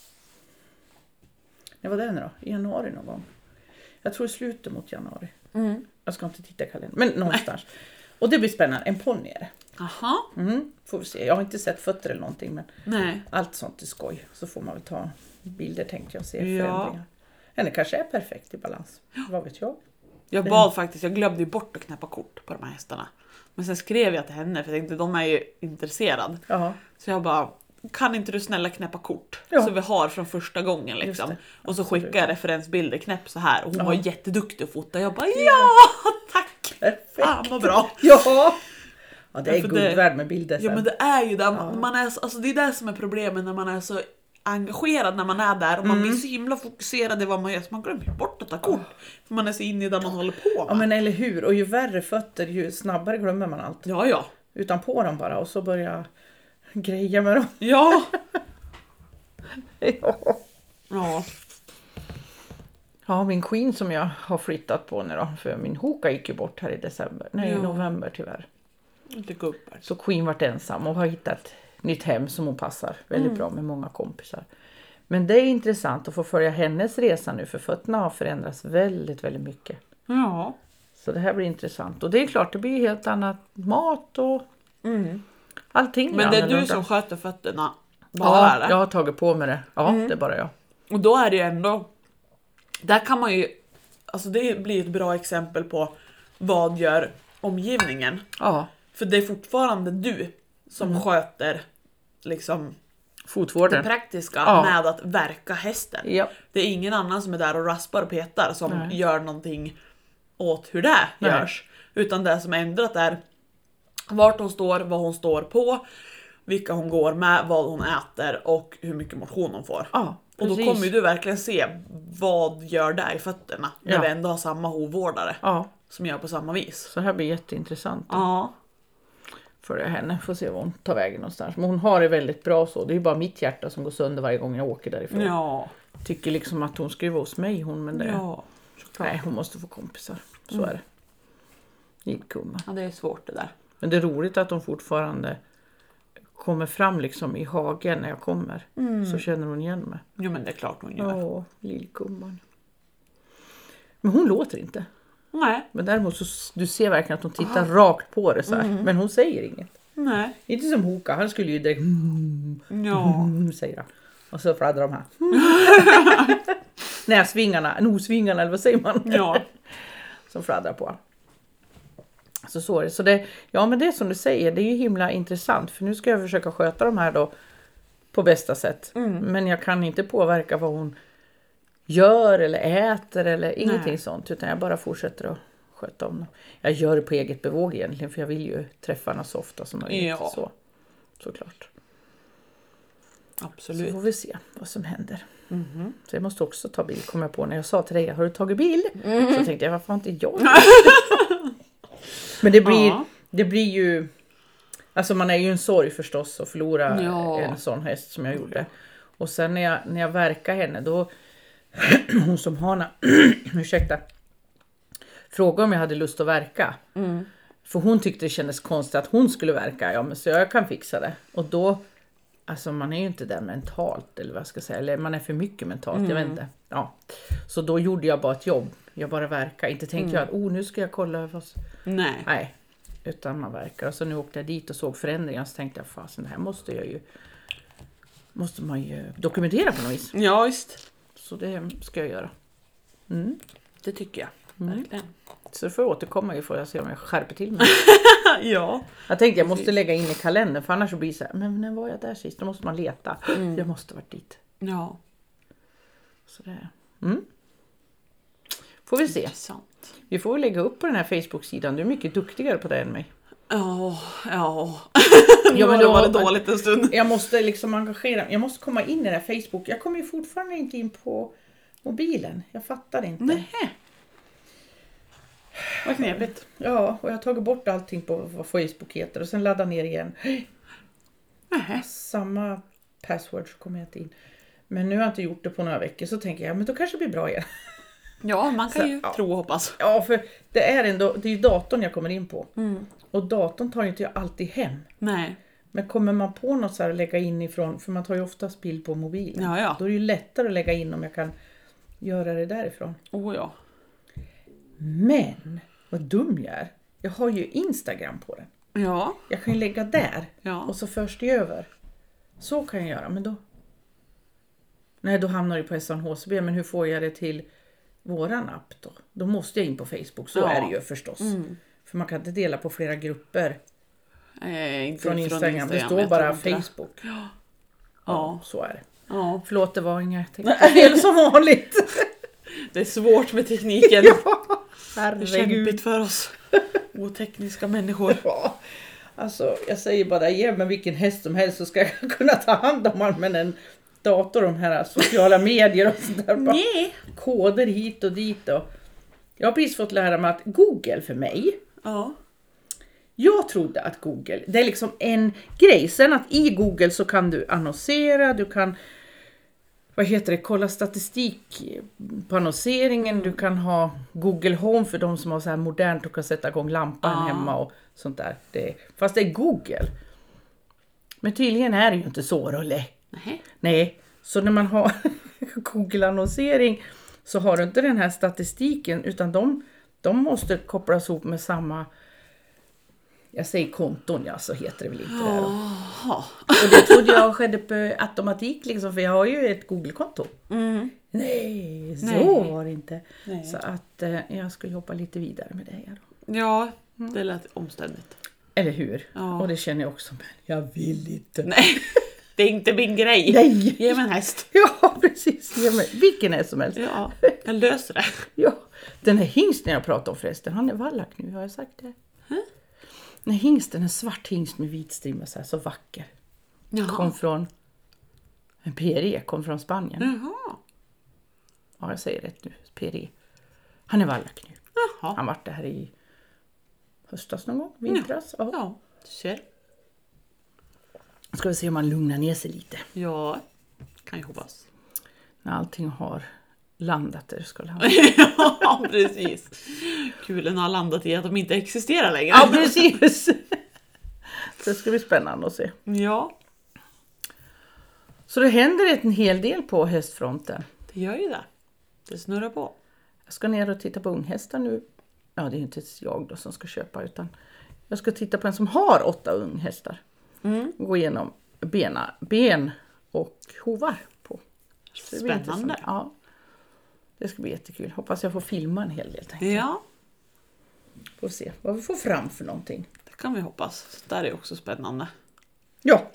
När var det nu då? I januari någon gång. Jag tror slutet mot januari. Mm. Jag ska inte titta i kalendern. Men någonstans. Nej. Och det blir spännande. En ponny är det. Aha. Mm, får vi se. Jag har inte sett fötter eller någonting. Men nej. Allt sånt är skoj. Så får man väl ta bilder, tänkte jag. Se ja. förändringar. Eller kanske är perfekt i balans. Ja. Vad vet jag? Jag bad faktiskt, jag glömde ju bort att knäppa kort på de här hästarna. Men sen skrev jag till henne, för jag tänkte de är ju intresserade. Uh-huh. Så jag bara, kan inte du snälla knäppa kort? Ja. Så vi har från första gången liksom. Och så skickar jag referensbilder, knäpp så här. Och hon uh-huh. var jätteduktig att fota. Jag bara, ja, tack! Perfekt. Ah, vad bra. Ja. Ja, det är ja, guld värd med bilder sen. Ja, men det är ju det. Ja. Man är, alltså, det är det som är problemet när man är så engagerad när man är där och man mm. blir så himla fokuserad i vad man gör, så man glömmer bort att ta kort oh. för man är så inne i det man håller på med. Ja, men eller hur, och ju värre fötter ju snabbare glömmer man allt. Ja, ja. Utan på dem bara och så börjar greja med dem. Ja. ja. Ja. Ja, min Queen som jag har flyttat på nu då, för min Hoka gick ju bort här i december, nej ja. november tyvärr. Inte gå upp här. Så Queen vart ensam och har hittat nytt hem som hon passar väldigt mm. bra med många kompisar. Men det är intressant att få följa hennes resa nu, för fötterna har förändrats väldigt, väldigt mycket. Ja. Så det här blir intressant. Och det är klart, det blir helt annat mat och mm. allting. Men det är du som sköter fötterna? Bara ja, jag har tagit på mig det. Ja, mm. det är bara jag. Och då är det ju ändå, där kan man ju, alltså det blir ett bra exempel på vad gör omgivningen. Ja. För det är fortfarande du som mm. sköter liksom fotvården. Det praktiska ja. med att verka hästen. Ja. Det är ingen annan som är där och raspar och petar som Nej. Gör någonting åt hur det Nej. Görs. Utan det som är ändrat är vart hon står, vad hon står på, vilka hon går med, vad hon äter och hur mycket motion hon får. Ja, och då kommer ju du verkligen se vad gör det i fötterna när ja. Vi ändå har samma hovvårdare ja. Som gör på samma vis. Så här blir jätteintressant. Ja. För henne, får se vad hon tar vägen någonstans. Men hon har det väldigt bra så. Det är ju bara mitt hjärta som går sönder varje gång jag åker därifrån. Ja. Tycker liksom att hon ska vara hos mig hon, men det... Ja. Nej, hon måste få kompisar. Så mm. är det. Gillkumma. Ja, det är svårt det där. Men det är roligt att de fortfarande kommer fram liksom i hagen när jag kommer. Mm. Så känner hon igen mig. Jo, men det är klart hon gör. Ja, lillkumman. Men hon låter inte. Nej. Men däremot så du ser verkligen att hon tittar Aha. Rakt på det så här. Mm. Men hon säger inget. Nej. Inte som Hoka, han skulle ju direkt mm, ja. mm, säga. Och så fladdrar de här. Näsvingarna, nosvingarna eller vad säger man? Ja. Som fladdrar på. Så så är det. Så det, ja men det som du säger, det är ju himla intressant. För nu ska jag försöka sköta de här då på bästa sätt. Mm. Men jag kan inte påverka vad hon gör eller äter eller ingenting Nej. Sånt. Utan jag bara fortsätter att sköta om dem. Jag gör det på eget bevåg egentligen. För jag vill ju träffa henne så ofta som möjligt. Ja. Så, såklart. Absolut. Så får vi se vad som händer. Mm-hmm. Så jag måste också ta bil. Kom jag på när jag sa till dig, har du tagit bil? Mm. Så tänkte jag, varför inte jag? Men det blir, ja. det blir ju... Alltså man är ju en sorg förstås att förlora ja. En sån häst som jag gjorde. Och sen när jag, när jag verkar henne då... hon som Hanna... ursäkta. Frågade om jag hade lust att verka. Mm. För hon tyckte det kändes konstigt att hon skulle verka. Ja men så jag kan fixa det. Och då... Alltså man är ju inte där mentalt eller vad jag ska säga. Eller man är för mycket mentalt, mm. jag vet inte. Ja. Så då gjorde jag bara ett jobb. Jag bara verkar. Inte tänkte mm. jag att oh, nu ska jag kolla. Vad... Nej. Nej. Utan man verkar. Och så nu åkte jag dit och såg förändringar. Så tänkte jag fasen det här måste jag ju. Måste man ju dokumentera på något vis. Ja visst. Så det ska jag göra. Mm. Det tycker jag. Mm. Verkligen. Så får jag återkomma ju får jag se om jag skärper till mig. Ja. Jag tänkte jag måste lägga in i kalendern för annars så blir det så här, men när var jag där sist? Då måste man leta. Mm. Jag måste varit dit. Ja. Så det. Mm. Får vi se. Intressant. Vi får väl lägga upp på den här Facebook-sidan. Du är mycket duktigare på det än mig. Ja, ja. Ja men då var det dåligt en stund. Jag måste liksom engagera. Jag måste komma in i den här Facebook. Jag kommer ju fortfarande inte in på mobilen. Jag fattar inte. Nej. Vad knepigt. Ja, och jag har tagit bort allting på vad Facebook heter och sen laddar ner igen. Nej. Samma password så kommer jag inte in. Men nu har jag inte gjort det på några veckor så tänker jag, men då kanske det blir bra igen. Ja, man kan så, ju ja. tro och hoppas. Ja, för det är ändå, det är ju datorn jag kommer in på. Mm. Och datorn tar ju inte jag alltid hem. Nej. Men kommer man på något så här att lägga in ifrån, för man tar ju oftast bild på mobilen. Ja, ja. Då är det ju lättare att lägga in om jag kan göra det därifrån. Oh ja. Men, vad dum jag är. Jag har ju Instagram på den. Ja. Jag kan ju lägga där. Ja. Och så förs det över. Så kan jag göra, men då... Nej, då hamnar det på S N H C B. Men hur får jag det till våran app då? Då måste jag in på Facebook. Så ja. Är det ju förstås. Mm. För man kan inte dela på flera grupper. Eh, inte från Instagram. Instagram. Det står bara Facebook. Ja. Ja. Ja, så är det. Ja. Förlåt, det var inga fel som vanligt. Det är svårt med tekniken. Ja, herregud. Det är kämpigt för oss. Otekniska människor. Ja. Alltså, jag säger bara, ge mig vilken häst som helst så ska jag kunna ta hand om allt med en dator, de här sociala medier och sånt där. Nej. Koder hit och dit. Och jag har precis fått lära mig att Google för mig. Ja. Jag trodde att Google, det är liksom en grej. Sen att i Google så kan du annonsera, du kan, vad heter det, kolla statistik på annonseringen. Du kan ha Google Home för de som har så här modernt och kan sätta igång lampan ah. hemma och sånt där. Det, fast det är Google. Men tydligen är det ju inte så roligt. Nej. Nej, så när man har Google-annonsering så har du inte den här statistiken utan de, de måste kopplas ihop med samma, jag säger konton, ja, så heter det väl inte det då. Och det trodde jag skedde på automatik liksom, för jag har ju ett Google-konto. Mm. Nej, så Nej. var det inte. Nej. Så att eh, jag ska jobba lite vidare med det här då. Ja, det lät omständigt. Eller hur? Ja. Och det känner jag också, men jag vill inte. Nej. Det är inte min grej. Nej. Ge mig en häst. Ja, precis. Ge mig vilken häst som helst. Ja, jag löser det. Ja, den här hingsten jag pratade om förresten, han är vallack nu, har jag sagt det? Huh? Den här hingsten, en svart hingst med vit strimma, så här, så vacker. Jaha. Kom från, en P R E, kom från Spanien. Jaha. Ja, jag säger rätt nu, P R E. Han är vallack nu. Jaha. Han var det här i höstas någon gång, vintras. Ja, Ja, du ser. Ska vi se om han lugnar ner sig lite. Ja, kan ju hoppas. När allting har landat där ska han. Ja, precis. Kulen har landat i att de inte existerar längre. Ja, precis. Så det ska bli spännande att se. Ja, Så det händer en hel del på hästfronten. det gör ju det. Det snurrar på. Jag ska ner och titta på unghästar nu. Ja, det är inte jag då som ska köpa, utan jag ska titta på en som har åtta unghästar. Mm. Gå igenom bena, ben och hovar på. Så det blir Spännande. intressant. Ja. Det ska bli jättekul. Hoppas jag får filma en hel del. Tänkte jag. Ja, Får se vad vi får fram för någonting. det kan vi hoppas. Det där är också spännande. Ja.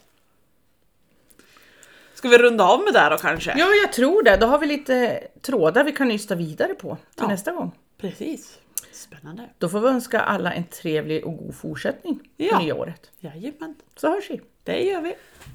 Ska vi runda av med det då kanske? Ja, jag tror det. Då har vi lite trådar vi kan nysta vidare på till Ja. nästa gång. Precis. Spännande. Då får vi önska alla en trevlig och god fortsättning på Ja. nya året. Jajamän, Så hörs vi. det gör vi.